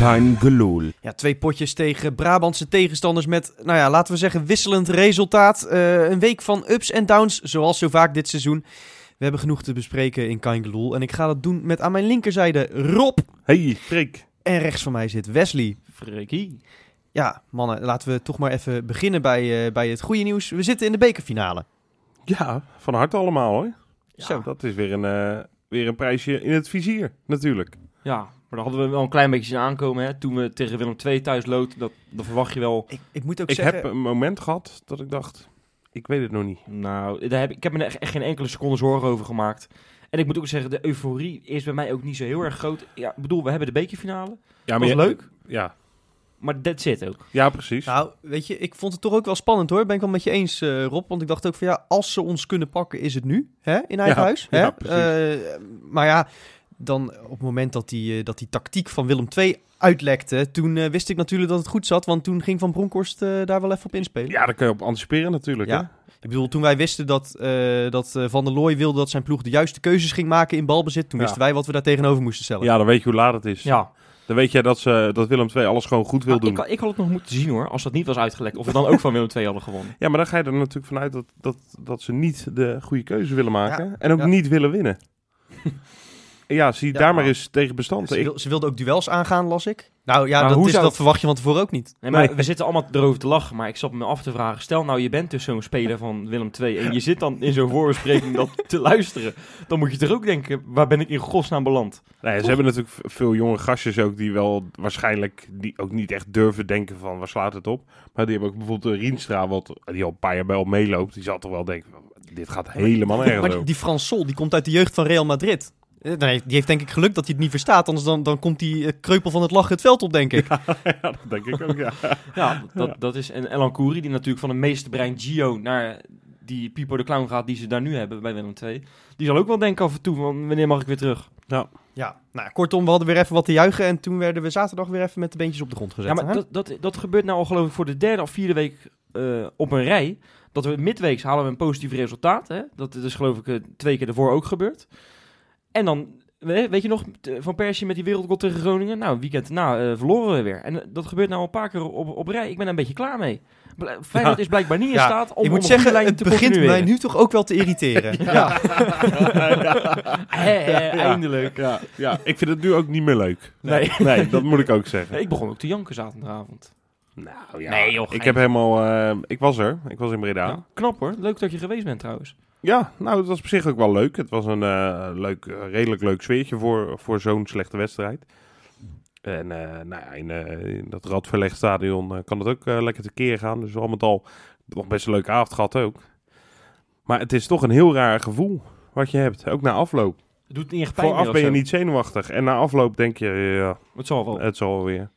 Kein gelul. Ja, 2 potjes tegen Brabantse tegenstanders met, laten we zeggen, wisselend resultaat. Een week van ups en downs, zoals zo vaak dit seizoen. We hebben genoeg te bespreken in Kein gelul. En ik ga dat doen met aan mijn linkerzijde Rob. Hey, Freek. En rechts van mij zit Wesley. Freekie. Ja, mannen, laten we toch maar even beginnen bij het goede nieuws. We zitten in de bekerfinale. Ja, van harte allemaal hoor. Ja. Zo, dat is weer een prijsje in het vizier, natuurlijk. Ja, maar daar hadden we wel een klein beetje zien aankomen. Hè? Toen we tegen Willem II thuis loten, dan verwacht je wel... Ik moet ook Ik zeggen... heb een moment gehad dat ik dacht, ik weet het nog niet. Nou, ik heb me er echt geen enkele seconde zorgen over gemaakt. En ik moet ook zeggen, de euforie is bij mij ook niet zo heel erg groot. Ja, ik bedoel, we hebben de bekerfinale. Ja, Dat was leuk, Ja. maar that's it ook. Ja, precies. Nou, weet je, ik vond het toch ook wel spannend hoor. Ben ik wel met je eens, Rob. Want ik dacht ook van ja, als ze ons kunnen pakken, is het nu. Hè? In eigen huis. Hè? Ja, precies. Maar ja, dan op het moment dat die tactiek van Willem II uitlekte, toen wist ik natuurlijk dat het goed zat. Want toen ging Van Bronckhorst daar wel even op inspelen. Ja, daar kun je op anticiperen natuurlijk. Ja. Hè? Ik bedoel, toen wij wisten dat Van der Looy wilde dat zijn ploeg de juiste keuzes ging maken in balbezit, toen wisten wij wat we daar tegenover moesten stellen. Ja, dan weet je hoe laat het is. Ja. Dan weet jij dat Willem II alles gewoon goed wil doen. Ik had het nog moeten zien hoor, als dat niet was uitgelekt. Of we dan ook van Willem II hadden gewonnen. Ja, maar dan ga je er natuurlijk vanuit dat ze niet de goede keuze willen maken. Ja. En ook Ja. niet willen winnen. Ja, zie Ja, daar maar maar- eens tegen bestand. Ze wilde ook duels aangaan, las ik. Nou ja, Maar dat hoe verwacht je van tevoren ook niet. Nee, maar Nee. we zitten allemaal erover te lachen, maar ik zat me af te vragen. Stel nou, je bent dus zo'n speler van Willem II en je zit dan in zo'n voorbespreking dat te luisteren. Dan moet je toch ook denken, waar ben ik in godsnaam beland? Nee, ze hebben natuurlijk veel jonge gastjes ook die wel waarschijnlijk die ook niet echt durven denken van waar slaat het op. Maar die hebben ook bijvoorbeeld Rienstra, die al een paar jaar bij al meeloopt. Die zal toch wel denken, dit gaat helemaal nergens Maar over. die Frans Sol, die komt uit de jeugd van Real Madrid. Nee, die heeft denk ik geluk dat hij het niet verstaat. Anders dan komt die kreupel van het lachen het veld op, denk ik. Ja, dat denk ik ook, ja. Ja, dat is... En Elan Kouri, die natuurlijk van de meesterbrein Gio naar die Pipo de Clown gaat die ze daar nu hebben bij Willem II. Die zal ook wel denken af en toe, van, wanneer mag ik weer terug? Ja, nou kortom, we hadden weer even wat te juichen. En toen werden we zaterdag weer even met de beentjes op de grond gezet. Ja, maar dat gebeurt nou al geloof ik voor de 3e of 4e week op een rij. Dat we midweeks halen we een positief resultaat. Hè? Dat is geloof ik 2 keer ervoor ook gebeurd. En dan, weet je nog, Van Persie met die wereldgoal tegen Groningen? Nou, weekend daarna verloren we weer. En dat gebeurt nou al een paar keer op rij. Ik ben er een beetje klaar mee. Feyenoord is blijkbaar niet in staat om ik moet een zeggen, goede lijn het te begint mij continueren. nu toch ook wel te irriteren. Ja. Eindelijk. Ja, ik vind het nu ook niet meer leuk. Nee. Nee, dat moet ik ook zeggen. Ik begon ook te janken zaterdagavond. Nou ja, Nee, joh, ik gek. heb helemaal... ik was er. Ik was in Breda. Ja, knap hoor. Leuk dat je geweest bent trouwens. Ja, nou, het was op zich ook wel leuk. Het was een redelijk leuk sfeertje voor zo'n slechte wedstrijd. En in dat Radverlegstadion kan het ook lekker tekeer gaan. Dus al met al nog best een leuke avond gehad ook. Maar het is toch een heel raar gevoel wat je hebt. Ook na afloop. Het doet niet echt pijn meer Vooraf of ben je zo. niet zenuwachtig. En na afloop denk je, ja, Het zal wel. het zal wel weer.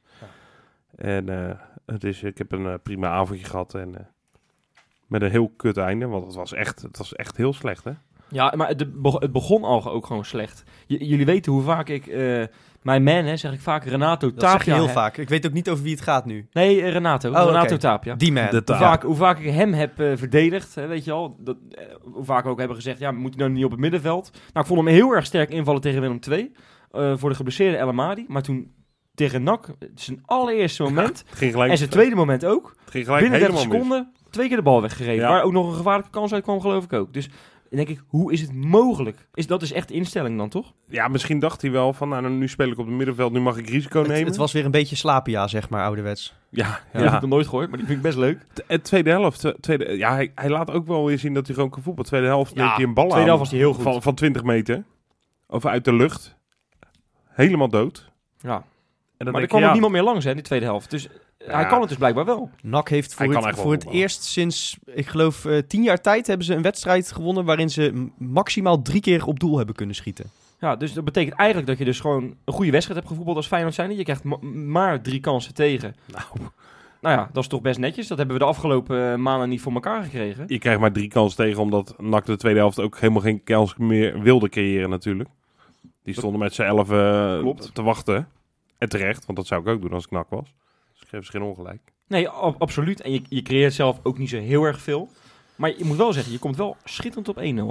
En ik heb een prima avondje gehad. En met een heel kut einde. Want het was echt heel slecht, hè? Ja, maar het begon al ook gewoon slecht. Jullie weten hoe vaak ik... mijn man, hè, zeg ik vaak, Renato Dat zeg je Tapia. heel hè. vaak. Ik weet ook niet over wie het gaat nu. Nee, Renato. Oh, Renato oké. Tapia. Die man. Hoe vaak ik hem heb verdedigd, hè, weet je al. Hoe vaak we ook hebben gezegd, ja, moet hij nou niet op het middenveld? Nou, ik vond hem heel erg sterk invallen tegen Willem II. Voor de geblesseerde El Amadi. Maar toen tegen NAC, zijn allereerste moment. Het ging gelijk, En zijn tweede moment ook. het ging gelijk Binnen 30 helemaal mis. seconden 2 keer de bal weggegeven. Ja. Waar ook nog een gevaarlijke kans uit kwam, geloof ik ook. Dus dan denk ik, hoe is het mogelijk? Dat is echt de instelling dan, toch? Ja, misschien dacht hij wel van, nou, nu speel ik op het middenveld, nu mag ik risico nemen. Het was weer een beetje Slapia, zeg maar, ouderwets. Ja, Ja. Dat heb ik nog nooit gehoord, maar die vind ik best leuk. En tweede helft, hij laat ook wel weer zien dat hij gewoon kan voetballen. Tweede helft neemt hij een bal tweede aan helft was hij heel goed. van 20 meter. Of uit de lucht. Helemaal dood. Ja. En dan Maar er denk kwam je, ook ja, niemand meer langs, hè, in die tweede helft. Dus hij kan het dus blijkbaar wel. NAC heeft Hij kan echt wel voor het voetballen. eerst sinds, ik geloof, 10 jaar tijd hebben ze een wedstrijd gewonnen waarin ze maximaal 3 keer op doel hebben kunnen schieten. Ja, dus dat betekent eigenlijk dat je dus gewoon een goede wedstrijd hebt gevoetbald als Feyenoord zijnde. Je krijgt maar 3 kansen tegen. Nou ja, dat is toch best netjes. Dat hebben we de afgelopen maanden niet voor elkaar gekregen. je krijgt maar 3 kansen tegen, omdat NAC de tweede helft ook helemaal geen kans meer wilde creëren natuurlijk. Die stonden met z'n 11 Klopt. te wachten. En terecht, want dat zou ik ook doen als ik NAC was. Dus ik geef ze geen ongelijk. Nee, absoluut. En je creëert zelf ook niet zo heel erg veel. Maar je moet wel zeggen, je komt wel schitterend op 1-0, hè?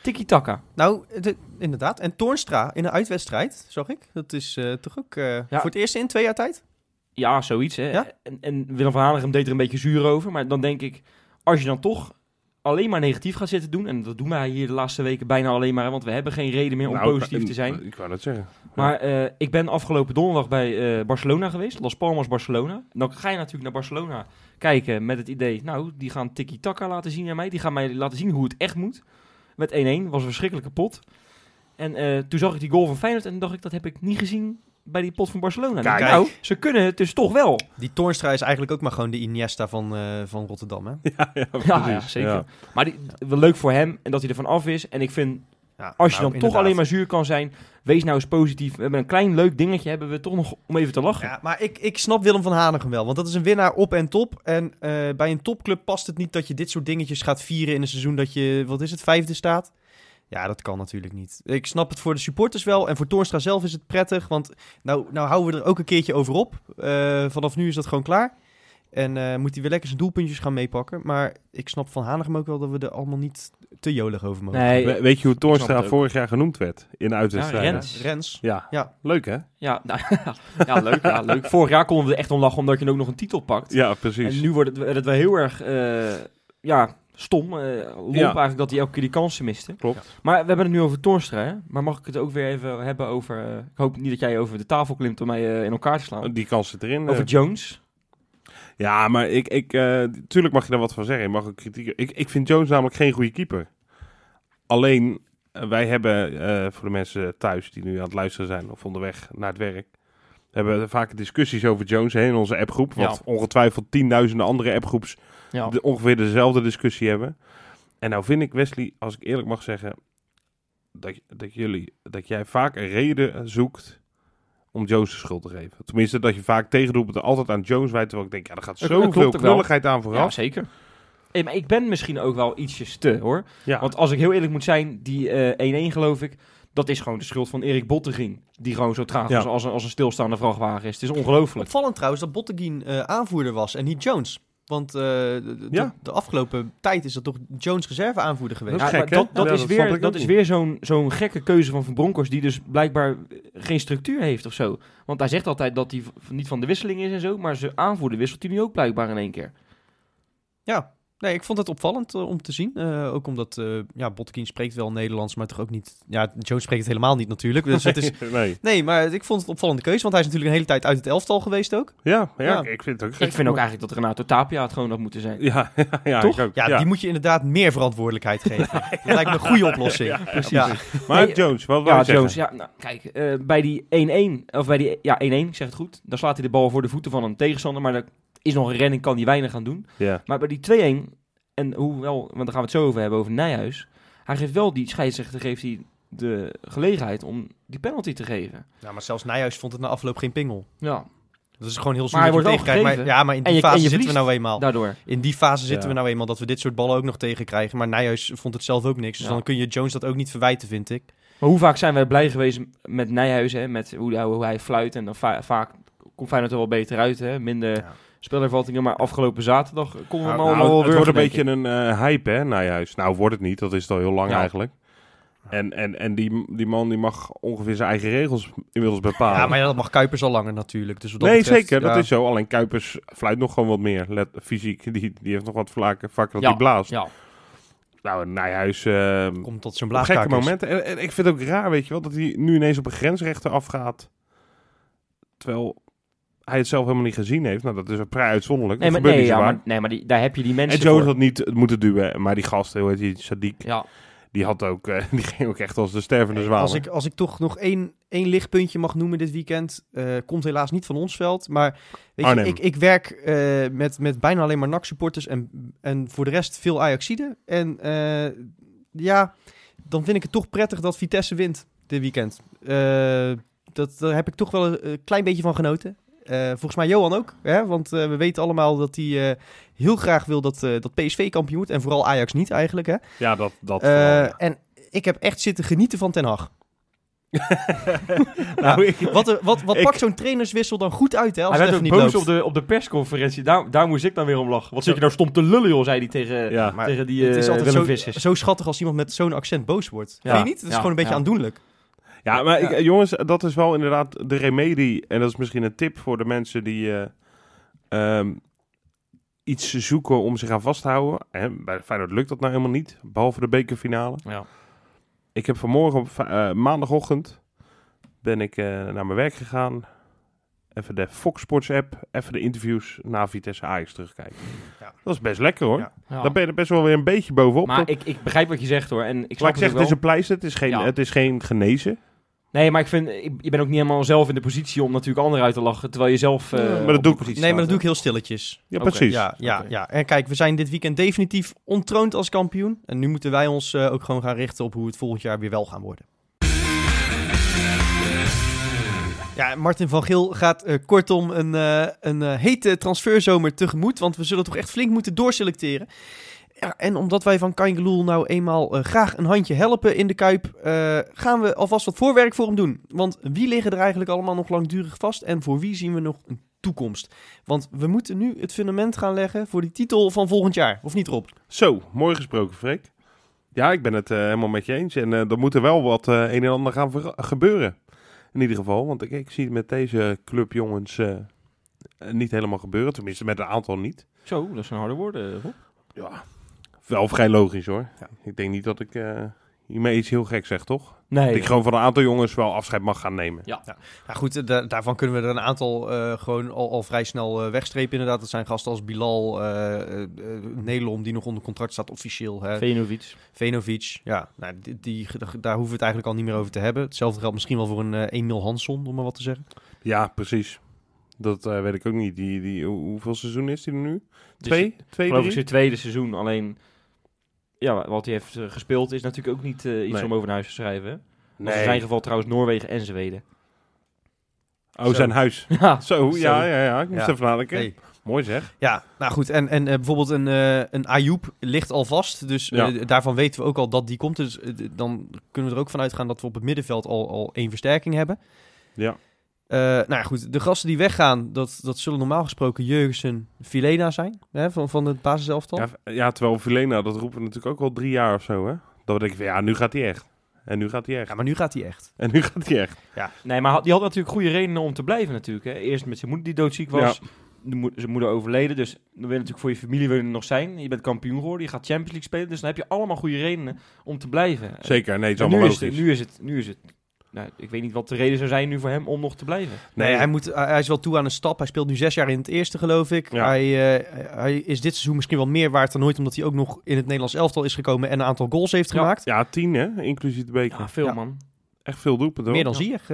Tiki-taka. Nou, inderdaad. En Toornstra in een uitwedstrijd, zag ik. Dat is toch ook voor het eerst in 2 jaar tijd? Ja, zoiets. Hè. Ja? En Willem van Hanegem deed er een beetje zuur over. Maar dan denk ik, als je dan toch alleen maar negatief gaat zitten doen... en dat doen wij hier de laatste weken bijna alleen maar... want we hebben geen reden meer om positief te zijn. Ik wou dat zeggen. Maar ik ben afgelopen donderdag bij Barcelona geweest. Las Palmas, Barcelona. Dan ga je natuurlijk naar Barcelona kijken met het idee... nou, die gaan tiki-taka laten zien aan mij. Die gaan mij laten zien hoe het echt moet. Met 1-1, was een verschrikkelijke pot. En toen zag ik die goal van Feyenoord en dacht ik... dat heb ik niet gezien bij die pot van Barcelona. Kijk. Nou, ze kunnen het dus toch wel. Die Toornstra is eigenlijk ook maar gewoon de Iniesta van Rotterdam, hè? Ja, Ja, zeker. Ja. Maar wel leuk voor hem en dat hij ervan af is. En ik vind, Ja, als je dan inderdaad. toch alleen maar zuur kan zijn... wees nou eens positief. We hebben een klein leuk dingetje, hebben we toch nog om even te lachen. Ja, maar ik snap Willem van Hanegem wel. Want dat is een winnaar op en top. En bij een topclub past het niet dat je dit soort dingetjes gaat vieren in een seizoen dat je, 5e staat. Ja, dat kan natuurlijk niet. Ik snap het voor de supporters wel. En voor Toornstra zelf is het prettig. Want nou houden we er ook een keertje over op. Vanaf nu is dat gewoon klaar. En moet hij weer lekker zijn doelpuntjes gaan meepakken. Maar ik snap van Hanegem ook wel dat we er allemaal niet te jolig over mogen. Nee, Weet je hoe snap Toornstra het ook. vorig jaar genoemd werd in de uitwedstrijden? Rens. Rens. Ja. Ja. Leuk hè? ja, nou, ja, leuk, ja, leuk. Vorig jaar konden we er echt om lachen omdat je ook nog een titel pakt. Ja, precies. En nu wordt het wel heel erg stom. Lomp eigenlijk dat hij elke keer die kansen miste. Klopt. Maar we hebben het nu over Toornstra, hè? Maar mag ik het ook weer even hebben over... ik hoop niet dat jij over de tafel klimt om mij in elkaar te slaan. Die kans zit erin. Over Jones. Ja, maar tuurlijk mag je daar wat van zeggen. Je mag ook kritiek. Ik vind Jones namelijk geen goede keeper. Alleen, wij hebben, voor de mensen thuis die nu aan het luisteren zijn of onderweg naar het werk, hebben vaak discussies over Jones hè, in onze appgroep. Wat ongetwijfeld 10.000 andere appgroeps Ja. ongeveer dezelfde discussie hebben. En nou vind ik, Wesley, als ik eerlijk mag zeggen, dat jij vaak een reden zoekt om Jones de schuld te geven. Tenminste, dat je vaak tegenroepen altijd aan Jones wijt. Terwijl ik denk, ja, er gaat Dat klopt zoveel ook wel. knulligheid aan Ja, vooraf. zeker. Maar ik ben misschien ook wel ietsjes te, hoor. Ja. Want als ik heel eerlijk moet zijn, die 1-1 geloof ik, dat is gewoon de schuld van Erik Bottegien. Die gewoon zo traag was als een stilstaande vrachtwagen is. Het is ongelooflijk. Opvallend trouwens dat Botteguin aanvoerder was en niet Jones. Want de afgelopen tijd is dat toch Jones reserve aanvoerder geweest. Dat is gek, maar hè? dat Ja, is dat snap ik dat ook is niet. weer zo'n gekke keuze van Bronckhorst die dus blijkbaar geen structuur heeft of zo. Want hij zegt altijd dat hij niet van de wisseling is en zo, maar zijn aanvoerder wisselt hij nu ook blijkbaar in één keer. Ja, nee, ik vond het opvallend om te zien. Ook omdat Botteguin spreekt wel Nederlands, maar toch ook niet... Ja, Jones spreekt het helemaal niet natuurlijk. Dus het is... Nee. Nee, maar ik vond het een opvallende keuze, want hij is natuurlijk een hele tijd uit het elftal geweest ook. Ja, Ja. ik vind het ook gek. Ik vind ook eigenlijk dat Renato Tapia het gewoon had moeten zijn. Ja, Toch? ik ook. Ja, die moet je inderdaad meer verantwoordelijkheid geven. Dat lijkt me een goede oplossing. Ja. Maar Nee, Jones, wat wil Ja, je zeggen? Jones, ja, nou, kijk, bij die 1-1, of bij die, 1-1, ik zeg het goed, dan slaat hij de bal voor de voeten van een tegenstander, maar er is nog een redding, kan hij weinig aan doen. Ja. Maar bij die 2-1, en hoewel, want daar gaan we het zo over hebben, over Nijhuis, hij geeft wel die scheidsrechter, geeft hij de gelegenheid om die penalty te geven. Ja, maar zelfs Nijhuis vond het na afloop geen pingel. Ja, Dat is gewoon heel Maar hij zuur dat je wordt wel tegenkrijgt. gegeven. Maar in En die je fase zitten we verliest nou eenmaal. daardoor. In die fase zitten Ja. we nou eenmaal dat we dit soort ballen ook nog tegen krijgen. Maar Nijhuis vond het zelf ook niks. Dus Ja. dan kun je Jones dat ook niet verwijten, vind ik. Maar hoe vaak zijn wij blij geweest met Nijhuis, hè, met hoe hij fluit en dan vaak komt Feyenoord er wel beter uit, hè, minder... Ja. Spelervattingen, maar afgelopen zaterdag konden we hem Nou, allemaal wel het wordt een wurgen, beetje een hype, hè, Nijhuis. Nou, wordt het niet. Dat is het al heel lang Ja. eigenlijk. En die man die mag ongeveer zijn eigen regels inmiddels bepalen. Ja, maar dat mag Kuipers al langer natuurlijk. Dus wat dat nee, betreft, zeker. Dat ja. is zo. Alleen Kuipers fluit nog gewoon wat meer. Fysiek. Die heeft nog wat vaker dat Ja. hij blaast. Ja. Nou, Nijhuis... Komt tot zo'n op gekke blaaskakers. momenten. En ik vind het ook raar, weet je wel, dat hij nu ineens op een grensrechter afgaat. Terwijl hij het zelf helemaal niet gezien heeft. Nou, dat is vrij uitzonderlijk. Nee, Dat maar, gebeurt niet zo vaak. daar heb je die mensen En Joe voor. had niet moeten duwen. Maar die gast, hoe heet die, Sadiq, Ja, die had ook, die ging ook echt als de stervende zwaan. Als ik toch nog één lichtpuntje mag noemen dit weekend, komt helaas niet van ons veld. Maar weet je, Arnhem. ik werk met bijna alleen maar NAC-supporters en voor de rest veel Ajaxiden. En dan vind ik het toch prettig dat Vitesse wint dit weekend. Daar heb ik toch wel een klein beetje van genoten. Volgens mij Johan ook, hè? Want we weten allemaal dat hij heel graag wil dat PSV kampioen wordt. En vooral Ajax niet eigenlijk, hè? Ja, dat vooral, ja. En ik heb echt zitten genieten van Ten Hag. Wat pakt zo'n trainerswissel dan goed uit, hè? Als Hij het werd even ook niet boos loopt. op de persconferentie. Daar moest ik dan weer om lachen. Wat zit je nou stom te lullen, joh, zei hij tegen, Maar tegen die het is altijd Willem Vissers. zo schattig als iemand met zo'n accent boos wordt. Ja. Vind je niet? Het is Ja. gewoon een beetje Ja. aandoenlijk. Ja, maar jongens, dat is wel inderdaad de remedie. En dat is misschien een tip voor de mensen die iets zoeken om zich aan vast te houden. Bij Feyenoord lukt dat nou helemaal niet, behalve de bekerfinale. Ja. Ik heb vanmorgen op maandagochtend ben ik naar mijn werk gegaan. Even de Fox Sports app, even de interviews na Vitesse Ajax terugkijken. Ja. Dat is best lekker hoor. Ja. Ja. Daar ben je er best wel weer een beetje bovenop. Maar ik begrijp wat je zegt, hoor. En ik Maar snap ik zeg, het het is ook een pleister, het is geen genezen. Nee, maar ik vind, je bent ook niet helemaal zelf in de positie om natuurlijk anderen uit te lachen, terwijl je zelf maar dat op doe die ik- positie Nee, maar dat staat, doe ik heel stilletjes. Ja, Oké. precies. Ja. Oké. Ja. En kijk, we zijn dit weekend definitief ontroond als kampioen. En nu moeten wij ons ook gewoon gaan richten op hoe het volgend jaar weer wel gaan worden. Ja, Martin van Geel gaat kortom een hete transferzomer tegemoet. Want we zullen toch echt flink moeten doorselecteren. Ja, en omdat wij van Kaingeloel nou eenmaal graag een handje helpen in de Kuip, gaan we alvast wat voorwerk voor hem doen. Want wie liggen er eigenlijk allemaal nog langdurig vast en voor wie zien we nog een toekomst? Want we moeten nu het fundament gaan leggen voor die titel van volgend jaar. Of niet, Rob? Zo, mooi gesproken, Freek. Ja, ik ben het helemaal met je eens. En er moet er wel wat een en ander gaan gebeuren. In ieder geval, want ik zie het met deze clubjongens niet helemaal gebeuren. Tenminste, met een aantal niet. Zo, dat zijn harde woorden, Rob. Ja, wel vrij logisch hoor. Ja. Ik denk niet dat ik hiermee iets heel gek zeg, toch? Nee. Dat ik gewoon van een aantal jongens wel afscheid mag gaan nemen. Ja. Nou goed, daarvan kunnen we er een aantal gewoon al vrij snel wegstrepen inderdaad. Dat zijn gasten als Bilal, Nelom, die nog onder contract staat officieel. Hè. Venovic. Venovic, ja, nou, daar hoeven we het eigenlijk al niet meer over te hebben. Hetzelfde geldt misschien wel voor een Emil Hansson, om maar wat te zeggen. Ja, precies. Dat weet ik ook niet. Hoeveel seizoen is hij er nu? Dus, Twee, geloof ik drie? zijn tweede seizoen. Alleen, ja, wat hij heeft gespeeld is natuurlijk ook niet iets Nee. om over naar huis te schrijven. Hè? Nee. In zijn geval trouwens Noorwegen en Zweden. Oh, Zo. zijn huis. Ja, Zo, ja. Ik moest Ja. even nadenken. Hey. Mooi zeg. Ja, nou goed, en bijvoorbeeld een Ayoub ligt al vast. Dus Ja. daarvan weten we ook al dat die komt. Dus dan kunnen we er ook van uitgaan dat we op het middenveld al één versterking hebben. Ja. Nou ja, goed, de gasten die weggaan, dat zullen normaal gesproken Jurgensen, Vilena zijn, hè, van het basiselftal. Ja, terwijl Vilena, dat roepen we natuurlijk ook al 3 jaar of zo, hè? Dat we denken van, ja, nu gaat hij echt. En nu gaat hij echt. Ja, maar nu gaat hij echt. En nu gaat hij echt. nee, maar die had natuurlijk goede redenen om te blijven natuurlijk. Hè. Eerst met zijn moeder die doodziek was. Zijn moeder overleden. Dus dan wil je natuurlijk voor je familie wil je er nog zijn. Je bent kampioen geworden. Je gaat Champions League spelen. Dus dan heb je allemaal goede redenen om te blijven. Zeker, nee, het is En allemaal nu logisch. is het. Nou, ik weet niet wat de reden zou zijn nu voor hem om nog te blijven. Nee, hij is wel toe aan een stap. Hij speelt nu 6 jaar in het eerste, geloof ik. Ja. Hij is dit seizoen misschien wel meer waard dan ooit, omdat hij ook nog in het Nederlands elftal is gekomen en een aantal goals heeft Ja. gemaakt. Ja, 10 hè, inclusief de beker. Ja, veel Ja. man. Echt veel doelpunten. Meer hoor. dan Ziyech,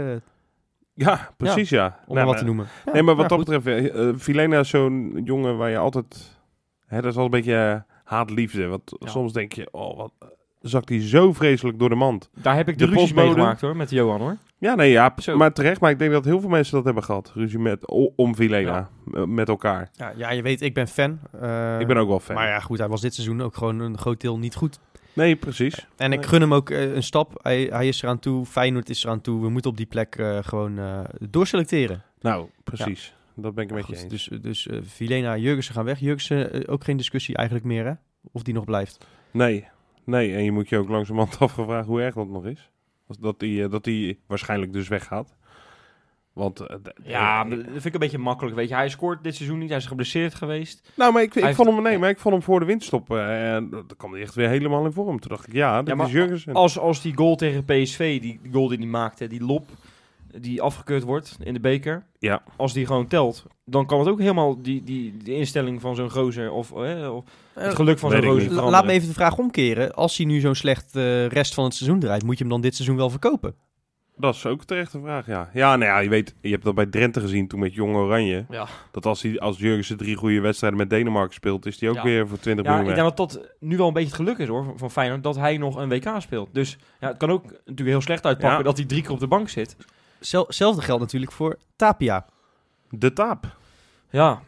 Ja, precies ja. om maar wat te noemen. Nee, maar wat Ja, dat goed. betreft, Vilena is zo'n jongen waar je altijd... Hè, dat is wel een beetje haat-liefde. Want Ja. soms denk je, oh, wat zakt hij zo vreselijk door de mand. Daar heb ik de De ruzies postbode. meegemaakt hoor, met Johan hoor. Ja, nee, ja, Zo. maar terecht. Maar ik denk dat heel veel mensen dat hebben gehad. Ruzie om Vilena, met elkaar. Ja, je weet, ik ben fan. Ik ben ook wel fan. Maar ja, goed, hij was dit seizoen ook gewoon een groot deel niet goed. Nee, precies. En ik gun hem ook een stap. Hij is eraan toe, Feyenoord is eraan toe. We moeten op die plek gewoon doorselecteren. Nou, precies. Dat ben ik met je Goed, eens. dus Vilena, Jurgensen gaan weg. Jurgensen ook geen discussie eigenlijk meer, hè? Of die nog blijft. Nee, en je moet je ook langzamerhand afvragen hoe erg dat nog is. Dat die waarschijnlijk dus weggaat. Want... Ja, dat vind ik een beetje makkelijk. Weet je, hij scoort dit seizoen niet. Hij is geblesseerd geweest. Nou, maar ik Hij vond heeft- hem... Nee, maar ik vond hem voor de winststop. En dan kwam hij echt weer helemaal in vorm. Toen dacht ik, ja, dat maar is Jurgensen. Als die goal tegen PSV, die goal die hij maakte, die lop, die afgekeurd wordt in de beker. Ja. Als die gewoon telt, dan kan het ook helemaal die instelling van zo'n gozer of het geluk van Weet zo'n ik gozer niet. veranderen. Laat me even de vraag omkeren. Als hij nu zo'n slecht rest van het seizoen draait, moet je hem dan dit seizoen wel verkopen? Dat is ook terecht de vraag, ja. Ja, nou ja, je weet, je hebt dat bij Drenthe gezien toen met Jong Oranje. Ja. Dat als Jurgensen 3 goede wedstrijden met Denemarken speelt, is die ook Ja. weer voor 20 Ja, ik miljoen denk weg. dat dat nu wel een beetje het geluk is hoor, van Feyenoord, dat hij nog een WK speelt. Dus ja, het kan ook natuurlijk heel slecht uitpakken Ja. dat hij 3 keer op de bank zit. Hetzelfde geldt natuurlijk voor Tapia. De Taap. Ja,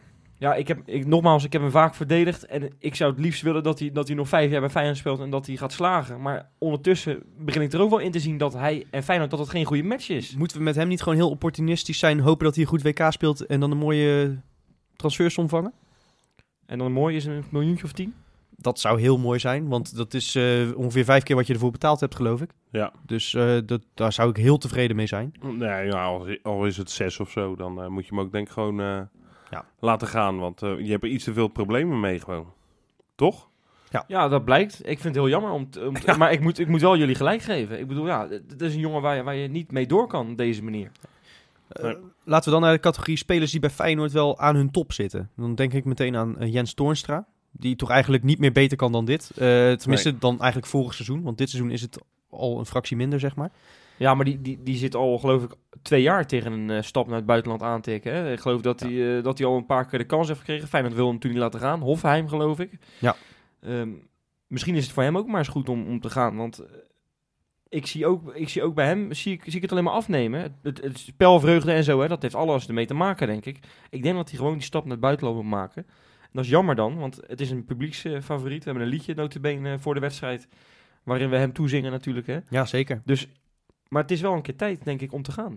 Ja, ik heb hem vaak verdedigd. En ik zou het liefst willen dat hij nog 5 jaar bij Feyenoord speelt en dat hij gaat slagen. Maar ondertussen begin ik er ook wel in te zien dat hij en Feyenoord dat het geen goede match is. Moeten we met hem niet gewoon heel opportunistisch zijn, hopen dat hij een goed WK speelt en dan een mooie transfersom vangen? En dan mooi is een miljoentje of 10. Dat zou heel mooi zijn, want dat is ongeveer 5 keer wat je ervoor betaald hebt, geloof ik. Ja. Dus daar zou ik heel tevreden mee zijn. Nee, ja, al is het 6 of zo, dan moet je hem ook denk ik gewoon laten gaan. Want je hebt er iets te veel problemen mee gewoon. Toch? Ja, dat blijkt. Ik vind het heel jammer. Maar ik moet wel jullie gelijk geven. Ik bedoel, het is een jongen waar je niet mee door kan op deze manier. Laten we dan naar de categorie spelers die bij Feyenoord wel aan hun top zitten. Dan denk ik meteen aan Jens Toornstra. Die toch eigenlijk niet meer beter kan dan dit. Tenminste, dan eigenlijk vorig seizoen. Want dit seizoen is het al een fractie minder, zeg maar. Ja, maar die zit al, geloof ik, 2 jaar tegen een stap naar het buitenland aantikken. Hè? Ik geloof dat hij al een paar keer de kans heeft gekregen. Feyenoord wil hem toen niet laten gaan. Hoffenheim, geloof ik. Ja. Misschien is het voor hem ook maar eens goed om te gaan. Want ik zie ook bij hem, zie ik het alleen maar afnemen. Het spelvreugde en zo, hè, dat heeft alles ermee te maken, denk ik. Ik denk dat hij gewoon die stap naar het buitenland moet maken. Dat is jammer dan, want het is een publieksfavoriet. We hebben een liedje notabene voor de wedstrijd, waarin we hem toezingen natuurlijk. Hè? Ja, zeker. Dus, maar het is wel een keer tijd, denk ik, om te gaan.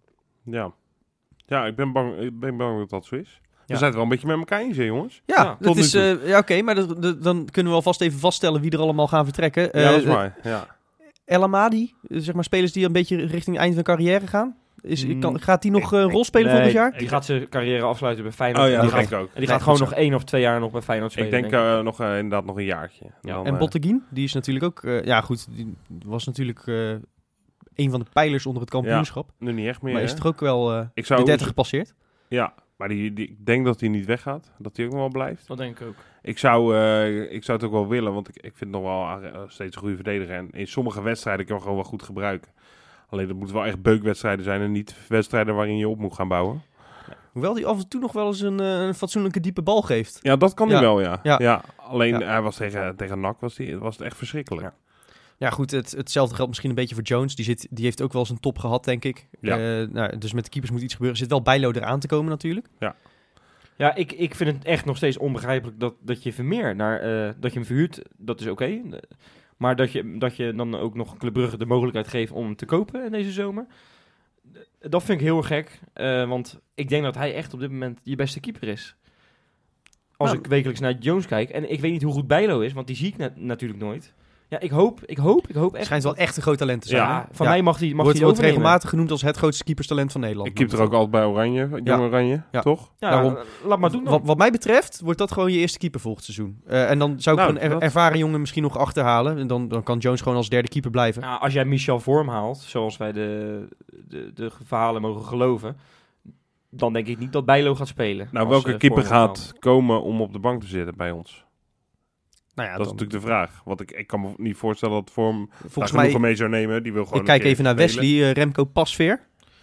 Ja, ik ben bang dat dat zo is. Ja. We zijn het wel een beetje met elkaar eens, hè, jongens? Ja, dat tot is nu oké, maar dan kunnen we alvast even vaststellen wie er allemaal gaan vertrekken. Ja, dat is waar. Ja. El Amadi, zeg maar spelers die een beetje richting het eind van carrière gaan. Gaat die nog een rol spelen volgend jaar? Die gaat zijn carrière afsluiten bij Feyenoord. Oh ja, dat die denk ik ook. En die gaat gewoon nog 1 of 2 jaar nog bij Feyenoord spelen. Ik denk inderdaad nog een jaartje. Ja. Dan, En Botteguin, die is natuurlijk ook... die was natuurlijk een van de pijlers onder het kampioenschap. nu niet echt meer. Maar is toch ook wel de Ik zou 30 gepasseerd? Ja, maar ik denk dat hij niet weggaat. Dat hij ook nog wel blijft. Dat denk ik ook. Ik zou het ook wel willen, want ik vind het nog wel steeds een goede verdediger. En in sommige wedstrijden kan je hem gewoon wel goed gebruiken. Alleen dat moeten wel echt beukwedstrijden zijn en niet wedstrijden waarin je op moet gaan bouwen. Hoewel hij af en toe nog wel eens een fatsoenlijke diepe bal geeft. Ja, dat kan hij wel, ja. Ja. Alleen hij was tegen NAC was het echt verschrikkelijk. Ja. Ja, goed, hetzelfde geldt misschien een beetje voor Jones. Die heeft ook wel zijn top gehad, denk ik. Ja. Dus met de keepers moet iets gebeuren. Er zit wel Bijlo eraan te komen natuurlijk. Ja, ik vind het echt nog steeds onbegrijpelijk dat je Vermeer dat je hem verhuurt, dat is oké. Maar dat je dan ook nog Club Brugge de mogelijkheid geeft om hem te kopen in deze zomer. Dat vind ik heel erg gek. Want ik denk dat hij echt op dit moment je beste keeper is. Als ik wekelijks naar Jones kijk. En ik weet niet hoe goed Bijlo is, want die zie ik natuurlijk nooit. Ja, ik hoop echt. Het schijnt wel echt een groot talent te zijn. Ja, van mij mag hij wordt regelmatig genoemd als het grootste keeperstalent van Nederland. Ik keep er ook altijd bij Oranje, Jong Oranje, toch? Ja, daarom, laat maar doen dan. Wat mij betreft wordt dat gewoon je eerste keeper volgend seizoen. En dan zou ik een ervaren jongen misschien nog achterhalen. En dan kan Jones gewoon als derde keeper blijven. Ja, als jij Michel Vorm haalt, zoals wij de verhalen mogen geloven, dan denk ik niet dat Bijlo gaat spelen. Nou, welke keeper gaat komen om op de bank te zitten bij ons? Nou ja, dat is natuurlijk de vraag. Want ik kan me niet voorstellen dat Vorm volgens mij mee zou nemen. Die wil gewoon ik kijk even naar Wesley, Remco Pasveer.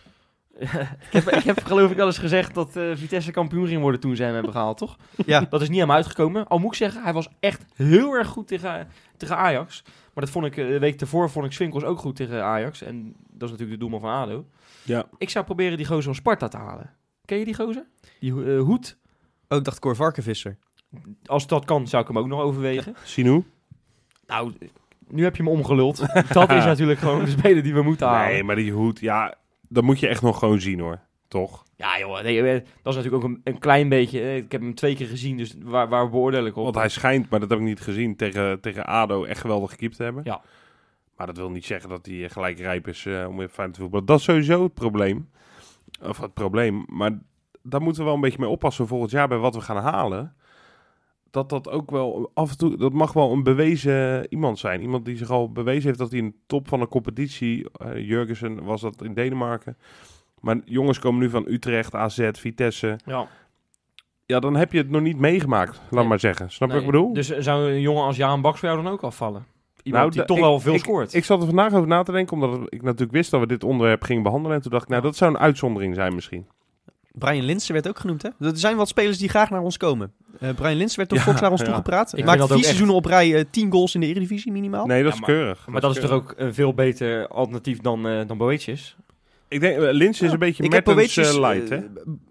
ik heb geloof ik al eens gezegd dat Vitesse kampioen ging worden toen zij hem hebben gehaald, toch? Ja. Dat is niet aan hem uitgekomen. Al moet ik zeggen, hij was echt heel erg goed tegen Ajax. Maar dat vond ik de week ervoor vond ik Swinkels ook goed tegen Ajax. En dat is natuurlijk de doelman van ADO. Ja. Ik zou proberen die gozer van Sparta te halen. Ken je die gozer? Die Hoed. Oh, ik dacht Cor Varkenvisser. Als dat kan, zou ik hem ook nog overwegen. Sinou? Nou, nu heb je me omgeluld. Dat is natuurlijk gewoon de speler die we moeten halen. Nee, maar die Hoed, ja, dat moet je echt nog gewoon zien hoor. Toch? Ja joh, nee, dat is natuurlijk ook een klein beetje. Ik heb hem 2 keer gezien, dus waar beoordeel ik op? Want hij schijnt, maar dat heb ik niet gezien, tegen ADO echt geweldig gekiept te hebben. Ja. Maar dat wil niet zeggen dat hij gelijk rijp is om weer fijn te voetballen. Dat is sowieso het probleem. Of het probleem. Maar daar moeten we wel een beetje mee oppassen volgend jaar bij wat we gaan halen. Dat ook wel af en toe, dat mag wel een bewezen iemand zijn. Iemand die zich al bewezen heeft dat hij in de top van een competitie, Jurgensen was dat in Denemarken. Maar jongens komen nu van Utrecht, AZ, Vitesse. Ja, dan heb je het nog niet meegemaakt, laat maar zeggen. Snap je wat ik bedoel? Dus zou een jongen als Jaan Baks voor jou dan ook afvallen? Iemand die toch wel veel scoort. Ik zat er vandaag over na te denken, omdat ik natuurlijk wist dat we dit onderwerp gingen behandelen. En toen dacht ik, dat zou een uitzondering zijn misschien. Brian Linssen werd ook genoemd, hè? Er zijn wat spelers die graag naar ons komen. Brian Linssen werd door Fox naar ons toegepraat. Ik maakte 4 seizoenen op rij 10 goals in de Eredivisie minimaal. Nee, dat is keurig. Maar dat is toch ook een veel beter alternatief dan Boetjes? Ik denk, Linssen is een beetje Mertens light, hè?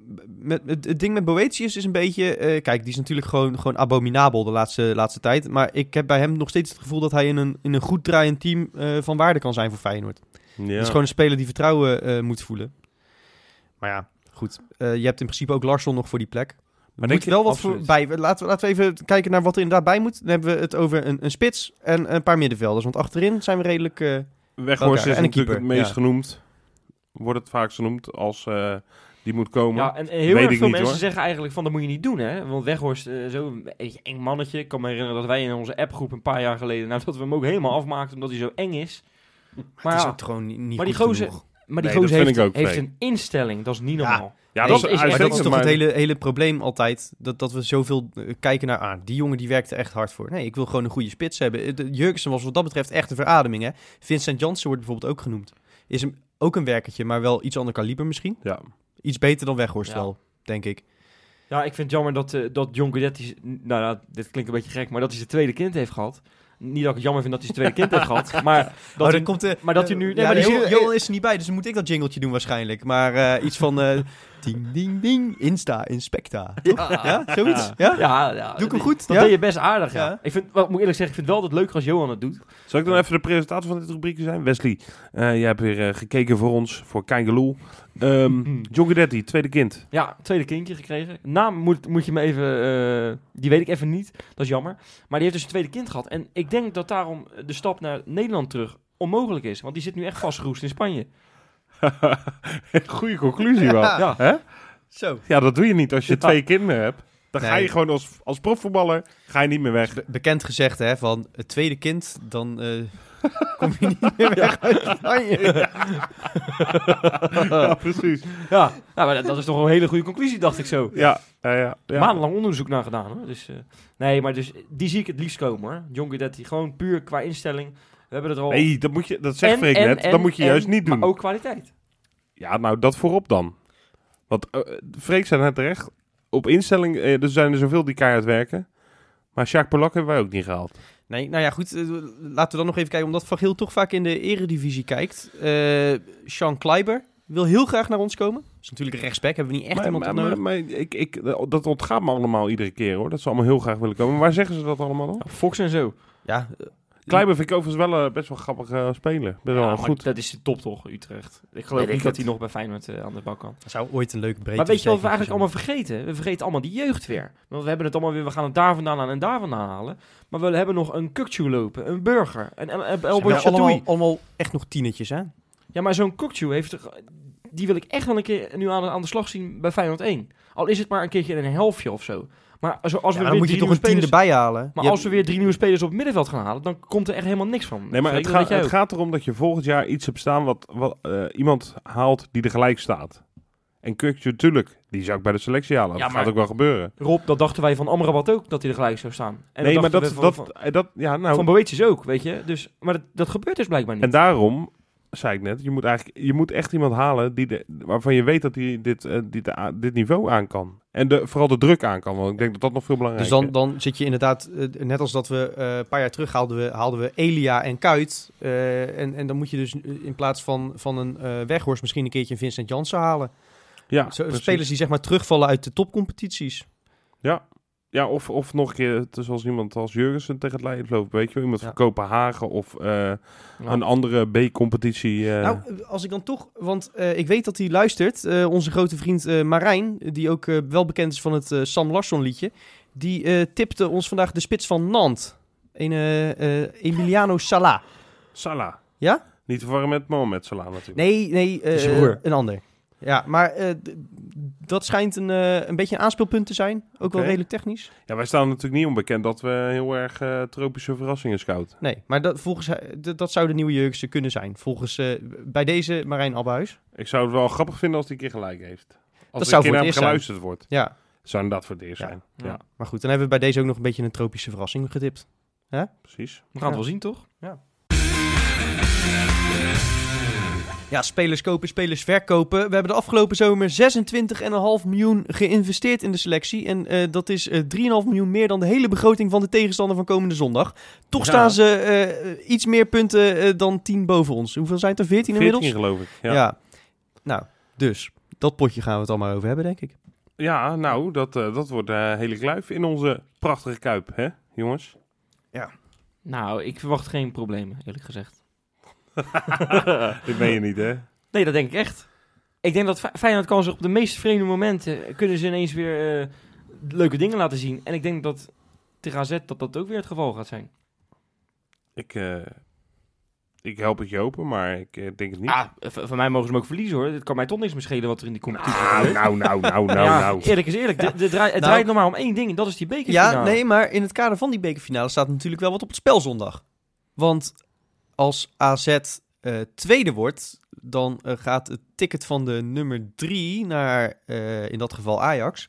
Het ding met Boetius is een beetje... kijk, die is natuurlijk gewoon abominabel de laatste tijd. Maar ik heb bij hem nog steeds het gevoel dat hij in een goed draaiend team van waarde kan zijn voor Feyenoord. Ja. Het is gewoon een speler die vertrouwen moet voelen. Maar ja, goed. Je hebt in principe ook Larsson nog voor die plek. Maar Moet denk wel je- wat voor absoluut. bij. Laten we even kijken naar wat er inderdaad bij moet. Dan hebben we het over een spits en een paar middenvelders. Want achterin zijn we redelijk... Weghorst is En een natuurlijk keeper, het meest ja. genoemd. Wordt het vaakst genoemd als die moet komen. Ja, en heel Weet erg ik veel niet, mensen hoor. zeggen eigenlijk van dat moet je niet doen, hè? Want Weghorst, zo'n beetje eng mannetje. Ik kan me herinneren dat wij in onze appgroep een paar jaar geleden, nou dat we hem ook helemaal afmaakten omdat hij zo eng is. Maar het is ja, ook gewoon niet maar die goed gozer- genoeg. Maar die Nee, dat gozer vind ik ook, heeft Freek. een instelling, dat is niet normaal. Ja, dat dat is is echt- Maar dat is toch maar- het hele probleem altijd. Dat we zoveel kijken naar... die jongen die werkt er echt hard voor. Nee, ik wil gewoon een goede spits hebben. Jurgensen was wat dat betreft echt een verademing. Hè? Vincent Janssen wordt bijvoorbeeld ook genoemd. Is ook een werkertje, maar wel iets ander kaliber misschien. Ja. Iets beter dan Weghorst Ja. wel, denk ik. Ja, ik vind het jammer dat John Guidetti, nou ja, dit klinkt een beetje gek, maar dat hij zijn tweede kind heeft gehad. Niet dat ik het jammer vind dat hij zijn tweede kind heeft gehad, maar dat hij, maar dat hij nu... Nee, maar die Johan is er niet bij, dus dan moet ik dat jingletje doen waarschijnlijk. Maar iets van... ding, ding, ding, Insta, Inspecta. Toch? Ja, zoiets? Ja? Ja, Doe ik hem goed? Dat Ja? deed je best aardig, ja. Ja. Ik vind, wel, moet eerlijk zeggen, ik vind wel dat het leuker als Johan het doet. Zal ik dan even de presentator van dit rubriekje zijn? Wesley, jij hebt weer gekeken voor ons, voor Keingeloel. John Guidetti, tweede kind. Ja, tweede kindje gekregen. Naam moet je me even... die weet ik even niet. Dat is jammer. Maar die heeft dus een tweede kind gehad. En ik denk dat daarom de stap naar Nederland terug onmogelijk is. Want die zit nu echt vastgeroest in Spanje. Goeie conclusie wel. Ja. Hè? Zo. Ja, dat doe je niet als je Ja. 2 kinderen hebt. Dan ga Nee. je gewoon als profvoetballer ga je niet meer weg. Bekend gezegd, hè, van het tweede kind, dan kom je niet meer weg uit Spanje. Ja, precies. Ja, nou, maar dat is toch een hele goede conclusie, dacht ik zo. Ja. Maandenlang onderzoek naar gedaan, hoor. Dus, nee, maar dus, die zie ik het liefst komen, hoor. John Guidetti, gewoon puur qua instelling. We hebben het al... Nee, dat zegt Freek net. Dat moet je juist niet doen. Maar ook kwaliteit. Ja, nou, dat voorop dan. Want Freek zei net terecht, op instelling, er zijn er zoveel die keihard werken. Maar Sjaak Polak hebben wij ook niet gehaald. Nee, nou ja, goed. Laten we dan nog even kijken, omdat Van Geel toch vaak in de eredivisie kijkt. Sean Kleiber wil heel graag naar ons komen. Dat is natuurlijk een rechtsback, hebben we niet echt iemand nodig. Maar dat ontgaat me allemaal iedere keer, hoor. Dat ze allemaal heel graag willen komen. Maar waar zeggen ze dat allemaal dan? Ja, Fox en zo. Ja, Kleiber vind ik overigens wel best wel grappig spelen. Best wel Ja, maar goed. dat is de top, toch, Utrecht. Ik geloof Weet niet ik dat het. hij nog bij Feyenoord aan de bak kan. dat zou ooit een leuke breedte Maar weet je wat we eigenlijk allemaal vergeten? We vergeten allemaal die jeugd weer. Want we hebben het allemaal weer, we gaan het daar vandaan aan en daar vandaan halen. Maar we hebben nog een Kukçu lopen, een Burger, een Elbow Chatoui. allemaal echt nog tienetjes, hè? Ja, maar zo'n Kukçu heeft die wil ik echt wel een keer nu aan de slag zien bij Feyenoord 1. Al is het maar een keertje in een helftje of zo. Maar als we Ja, weer dan moet je toch een 10 erbij halen. Maar als we weer 3 nieuwe spelers op het middenveld gaan halen, dan komt er echt helemaal niks van. Nee, maar Freek, het, dat weet jij het ook. gaat erom dat je volgend jaar iets hebt staan wat iemand haalt die er gelijk staat. En Kukçu, natuurlijk, die zou ik bij de selectie halen. Ja, dat maar- gaat ook wel gebeuren. Rob, dat dachten wij van Amrabat ook, dat hij er gelijk zou staan. En Nee, maar dachten we van Boetius ook, weet je. Dus, maar dat gebeurt dus blijkbaar niet. En daarom, zei ik net, je moet echt iemand halen waarvan je weet dat hij dit niveau aan kan. En vooral de druk aan kan, want ik denk dat dat nog veel Dus belangrijker is. dan zit je inderdaad, net als dat we een paar jaar terug haalden we Elia en Kuyt. En dan moet je dus in plaats van een Weghorst misschien een keertje een Vincent Janssen halen. Ja, Zo, precies. spelers die zeg maar terugvallen uit de topcompetities. Ja, of nog een keer, zoals iemand als Jurgensen tegen het Leiden loopt, weet je wel. Iemand Ja. van Kopenhagen of Ja. een andere B-competitie. Nou, als ik dan toch, want ik weet dat hij luistert, onze grote vriend Marijn, die ook wel bekend is van het Sam Larsson liedje, die tipte ons vandaag de spits van Nantes, Emiliano Sala. Salah. Ja? Niet te verwarren met Mohamed Salah natuurlijk. Nee, is een broer. een ander. Ja, maar dat schijnt een beetje een aanspeelpunt te zijn. Ook wel Oké. redelijk technisch. Ja, wij staan natuurlijk niet onbekend dat we heel erg tropische verrassingen scouten. Nee, maar dat zou de nieuwe Jurgensen kunnen zijn. Volgens bij deze Marijn Abbehuis. Ik zou het wel grappig vinden als hij een keer gelijk heeft. Als er zou een keer voor naar het hem eerst geluisterd wordt. Ja, Zou inderdaad voor het eerst Ja. zijn. Ja. Ja, maar goed. Dan hebben we bij deze ook nog een beetje een tropische verrassing getipt. precies. We gaan het wel zien, toch? Ja, spelers kopen, spelers verkopen. We hebben de afgelopen zomer 26,5 miljoen geïnvesteerd in de selectie. En dat is 3,5 miljoen meer dan de hele begroting van de tegenstander van komende zondag. Toch Ja. staan ze iets meer punten dan 10 boven ons. Hoeveel zijn het er? 14 inmiddels? 14 geloof ik. Ja. Ja. Nou, dus dat potje gaan we het allemaal over hebben, denk ik. Ja, nou, dat wordt hele kluif in onze prachtige Kuip, hè, jongens? Nou, ik verwacht geen problemen, eerlijk gezegd. Dit ben je niet, hè? Nee, dat denk ik echt. Ik denk dat Feyenoord kan zich op de meest vreemde momenten... kunnen ze ineens weer leuke dingen laten zien. En ik denk dat tegen AZ dat ook weer het geval gaat zijn. Ik help het je open, maar ik denk het niet. Van mij mogen ze hem ook verliezen, hoor. Het kan mij toch niks meer schelen wat er in die competitie gebeurt. Nou. Eerlijk is eerlijk. Het draait normaal om één ding en dat is die bekerfinale. Ja, nee, maar in het kader van die bekerfinale staat natuurlijk wel wat op het spel zondag. Want als AZ tweede wordt, dan gaat het ticket van de nummer 3 naar, in dat geval Ajax.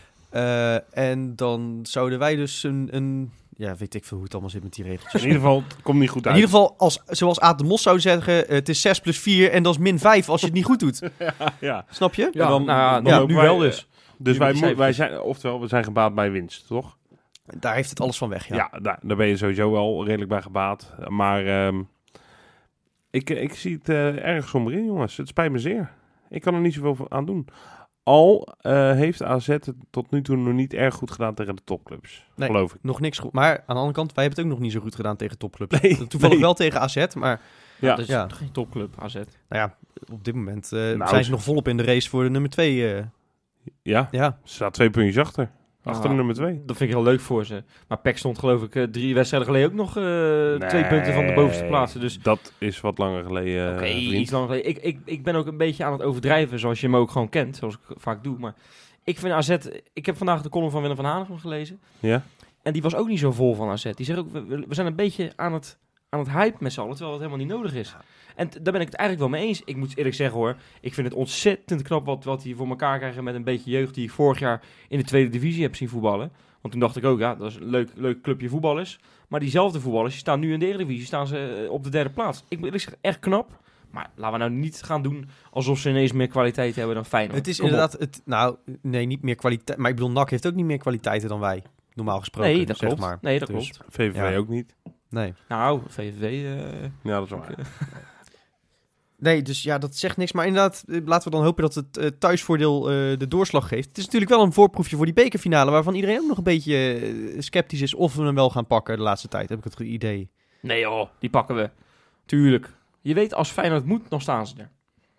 En dan zouden wij dus ja, weet ik veel hoe het allemaal zit met die regeltjes. In ieder geval, het komt niet goed uit. In ieder geval, zoals Aad de Mos zou zeggen, het is 6 + 4 en dat is -5 als je het niet goed doet. Ja. Snap je? Ja, dan nu lopen wij, wel dus. Dus Nu met die wij cijfers. zijn, we zijn gebaat bij winst, toch? Daar heeft het alles van weg, ja. Ja, daar ben je sowieso wel redelijk bij gebaat. Maar ik zie het erg somber in, jongens. Het spijt me zeer. Ik kan er niet zoveel aan doen. Al heeft AZ het tot nu toe nog niet erg goed gedaan tegen de topclubs. Nee. Geloof ik. Nog niks goed. Maar aan de andere kant, wij hebben het ook nog niet zo goed gedaan tegen topclubs. Nee, Toevallig nee. wel tegen AZ, maar Ja. Dat is Ja. toch geen topclub, AZ. nou ja, op dit moment Nou, zijn ze nog volop in de race voor de nummer 2. Ja, Ja, ze staat 2 puntjes achter. Achter Ah, de nummer 2. Dat vind ik heel leuk voor ze. Maar PEC stond geloof ik 3 wedstrijden geleden ook nog 2 punten van de bovenste plaatsen. Dus dat is wat langer geleden, oké, vriend. iets langer geleden. Ik ben ook een beetje aan het overdrijven, zoals je me ook gewoon kent. Zoals ik vaak doe. Maar ik vind AZ... Ik heb vandaag de column van Willem van Hanegem gelezen. Ja? En die was ook niet zo vol van AZ. Die zegt ook, we zijn een beetje aan het hype met z'n allen, terwijl het helemaal niet nodig is. En daar ben ik het eigenlijk wel mee eens. Ik moet eerlijk zeggen hoor, ik vind het ontzettend knap wat die voor elkaar krijgen met een beetje jeugd die ik vorig jaar in de tweede divisie heb zien voetballen. Want toen dacht ik ook, ja, dat is een leuk clubje voetballers. Maar diezelfde voetballers, die staan nu in de Eredivisie, staan ze op de 3e plaats. Ik moet eerlijk zeggen, echt knap. Maar laten we nou niet gaan doen alsof ze ineens meer kwaliteit hebben dan Feyenoord. het is Kom op. inderdaad... nee, niet meer kwaliteit. Maar ik bedoel, NAC heeft ook niet meer kwaliteiten dan wij. Normaal gesproken, Nee, dat zeg klopt. maar. Nee, dat Dus, klopt. VVV Ja. ook niet. Nee. Nou, VVV... Ja, dat is waar. Nee, dus ja, dat zegt niks. Maar inderdaad, laten we dan hopen dat het thuisvoordeel de doorslag geeft. Het is natuurlijk wel een voorproefje voor die bekerfinale, waarvan iedereen ook nog een beetje sceptisch is of we hem wel gaan pakken de laatste tijd. Heb ik het idee. Nee joh, die pakken we. Tuurlijk. Je weet, als Feyenoord moet, dan staan ze er.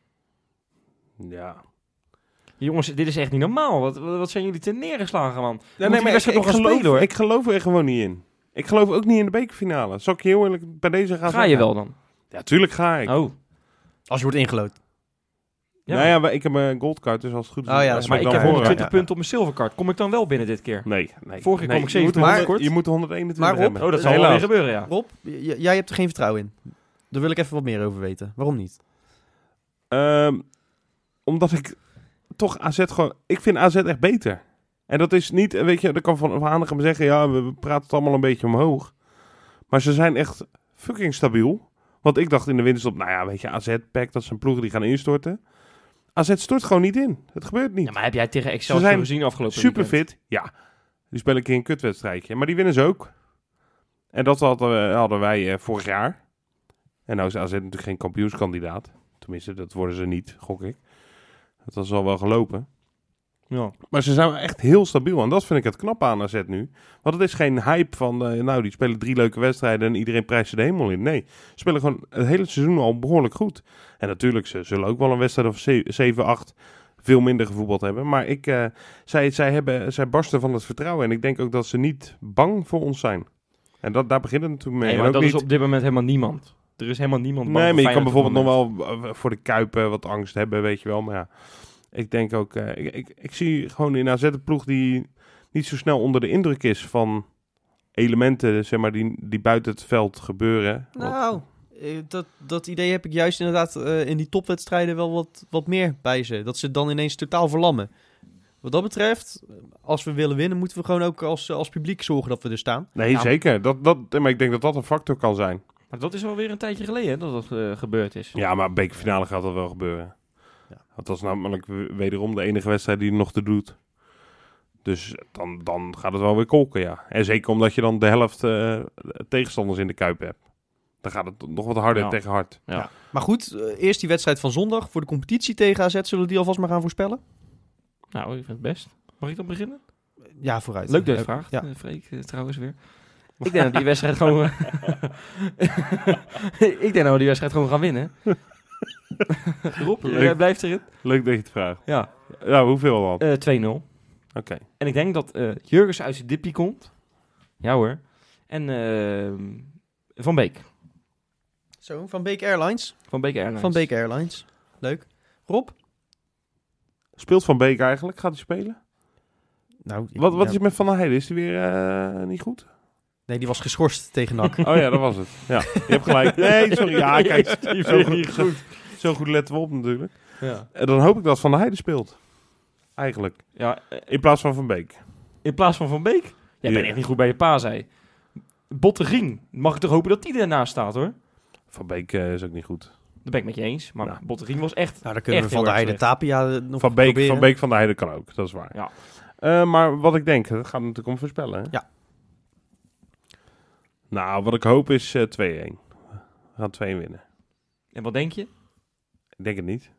Ja. Jongens, dit is echt niet normaal. Wat zijn jullie te neergeslagen, man? Nee, Moet die maar wedstrijd nog gaan spelen, hoor. ik geloof er gewoon niet in. Ik geloof ook niet in de bekerfinale. Zal ik je heel eerlijk bij deze gaan Ga je wel dan? Ja, tuurlijk ga ik. Oh. Als je wordt ingelood. Ja. Nou ja, ik heb een goldcard, dus als het goed is... Oh ja, dat als is Maar ik ik dan heb voor- 120 ja. punten op mijn silvercard. Kom ik dan wel binnen dit keer? Nee. Vorige keer kom ik je moet 70 maar- tekort. Je moet 121 Maar Rob- hebben. Oh, dat zal wel weer gebeuren, ja. Rob, jij hebt er geen vertrouwen in. Daar wil ik even wat meer over weten. Waarom niet? Omdat ik toch AZ gewoon... Ik vind AZ echt beter. En dat is niet... Weet je, dan kan Van Hanegem zeggen... Ja, we praten het allemaal een beetje omhoog. Maar ze zijn echt fucking stabiel. Want ik dacht in de winterstop... Nou ja, weet je, AZ, PEC, dat zijn ploegen die gaan instorten. AZ stort gewoon niet in. Het gebeurt niet. Ja, maar heb jij tegen Excelsior zijn gezien afgelopen Super weekend? fit. Ja. Die spelen een keer een kutwedstrijdje. Maar die winnen ze ook. En dat hadden wij vorig jaar. En nou is AZ natuurlijk geen kampioenskandidaat. Tenminste, dat worden ze niet, gok ik. Dat was al wel gelopen. Ja. Maar ze zijn echt heel stabiel. En dat vind ik het knap aan AZ nu. Want het is geen hype van... nou, die spelen 3 leuke wedstrijden en iedereen prijst ze de hemel in. Nee, ze spelen gewoon het hele seizoen al behoorlijk goed. En natuurlijk, ze zullen ook wel een wedstrijd of 7, 8 veel minder gevoetbald hebben. Maar zij barsten van het vertrouwen. En ik denk ook dat ze niet bang voor ons zijn. En daar begint het natuurlijk mee. Nee, En maar ook dat niet... is op dit moment helemaal niemand. Er is helemaal niemand bang Nee, voor maar je kan Feyenoord bijvoorbeeld op nog dit wel voor de Kuip wat angst hebben, weet je wel. Maar ja, ik denk ook... ik zie gewoon in AZ een ploeg die niet zo snel onder de indruk is van elementen, zeg maar, die buiten het veld gebeuren. Nou, dat idee heb ik juist inderdaad in die topwedstrijden wel wat meer bij ze. Dat ze dan ineens totaal verlammen. Wat dat betreft, als we willen winnen, moeten we gewoon ook als publiek zorgen dat we er staan. Nee, Ja. zeker. Maar ik denk dat dat een factor kan zijn. Maar dat is alweer een tijdje geleden hè, dat dat gebeurd is. Ja, maar bekerfinale gaat dat wel gebeuren. Ja. Dat was namelijk wederom de enige wedstrijd die nog te doet. Dus dan gaat het wel weer kolken, ja. En zeker omdat je dan de helft tegenstanders in de Kuip hebt. Dan gaat het nog wat harder Ja. tegen hard. Ja. Maar goed, eerst die wedstrijd van zondag voor de competitie tegen AZ. Zullen we die alvast maar gaan voorspellen? Nou, ik vind het best. Mag ik dan beginnen? Ja, vooruit. Leuk dat je vraagt, Ja. Freek, trouwens weer. Ik denk dat die wedstrijd gewoon... ik denk dat we die wedstrijd gewoon gaan winnen. Rob, Leuk. blijft erin. Leuk dat je het vraagt. Ja, Ja, hoeveel dan? 2-0. Oké. En ik denk dat Jurgensen uit zijn dippie komt. Ja hoor. En Van Beek. Zo, van Beek Airlines. Van Beek Airlines. Van Beek Airlines. Leuk. Rob? Speelt Van Beek eigenlijk? Gaat hij spelen? Nou, Wat is er met Van der Heijden? Is hij weer niet goed? Nee, die was geschorst tegen NAC. Oh ja, dat was het. Ja, je hebt gelijk. Nee, sorry. Ja, kijk. Die Zo vind ik goed, niet zo, zo goed letten we op natuurlijk. Ja. En dan hoop ik dat Van der Heijden speelt. Eigenlijk. Ja, In plaats van Van Beek. in plaats van Van Beek. Jij bent echt niet goed bij je pa, zei. Bottegien. Mag ik toch hopen dat die ernaast staat, hoor. Van Beek is ook niet goed. Dat ben ik met je eens. Maar Nou. Bottegien was echt... Nou, dan kunnen Echt we Van heel der erg Heijden slecht. Tapia nog Van Beek, proberen. van Beek van der Heijden kan ook. Dat is waar. Ja. Maar wat ik denk, dat gaat natuurlijk om voorspellen. Hè? Ja. Nou, wat ik hoop is 2-1. We gaan 2 winnen. En wat denk je? Ik denk het niet.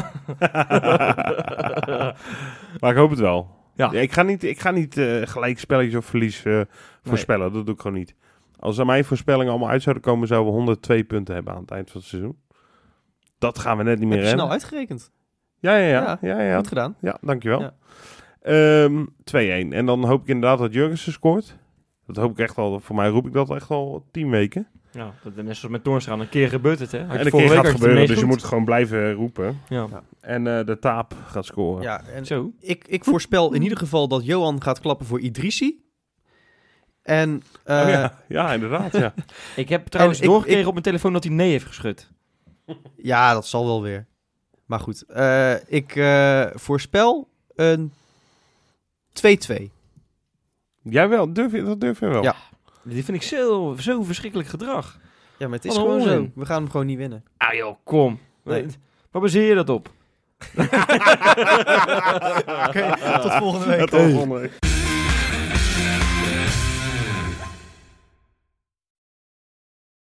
Maar ik hoop het wel. Ja. Ik ga niet gelijk spelletjes of verlies voorspellen. Dat doe ik gewoon niet. Als aan mijn voorspellingen allemaal uit zouden komen, zouden we 102 punten hebben aan het eind van het seizoen. Dat gaan we net niet meer Heb je redden. snel uitgerekend. Ja. Goed gedaan. Ja, dankjewel. Ja. 2-1. En dan hoop ik inderdaad dat Jurgensen scoort. Dat hoop ik echt al. Voor mij roep ik dat echt al 10 weken. Ja, dat net zoals met Toornstra. Een keer gebeurt het, hè? Had je En een vorige keer week gaat had gebeuren, het dus je ineens moet het gewoon blijven roepen. goed. Ja. Ja. En de Taap gaat scoren. Ja, en Zo. ik voorspel in ieder geval dat Johan gaat klappen voor Idrissi. En Ja, inderdaad. Ja. Ik heb trouwens En ik- doorgekregen op mijn telefoon dat hij nee heeft geschud. ja, dat zal wel weer. Maar goed, ik voorspel een 2-2. Jij wel? Dat durf je wel? Ja. Die vind ik zo verschrikkelijk gedrag. Ja, maar het is Wat een gewoon zo. onzin. We gaan hem gewoon niet winnen. Ah joh, kom. Nee. Waar baseer je dat op? Oké, tot volgende week. Tot volgende week.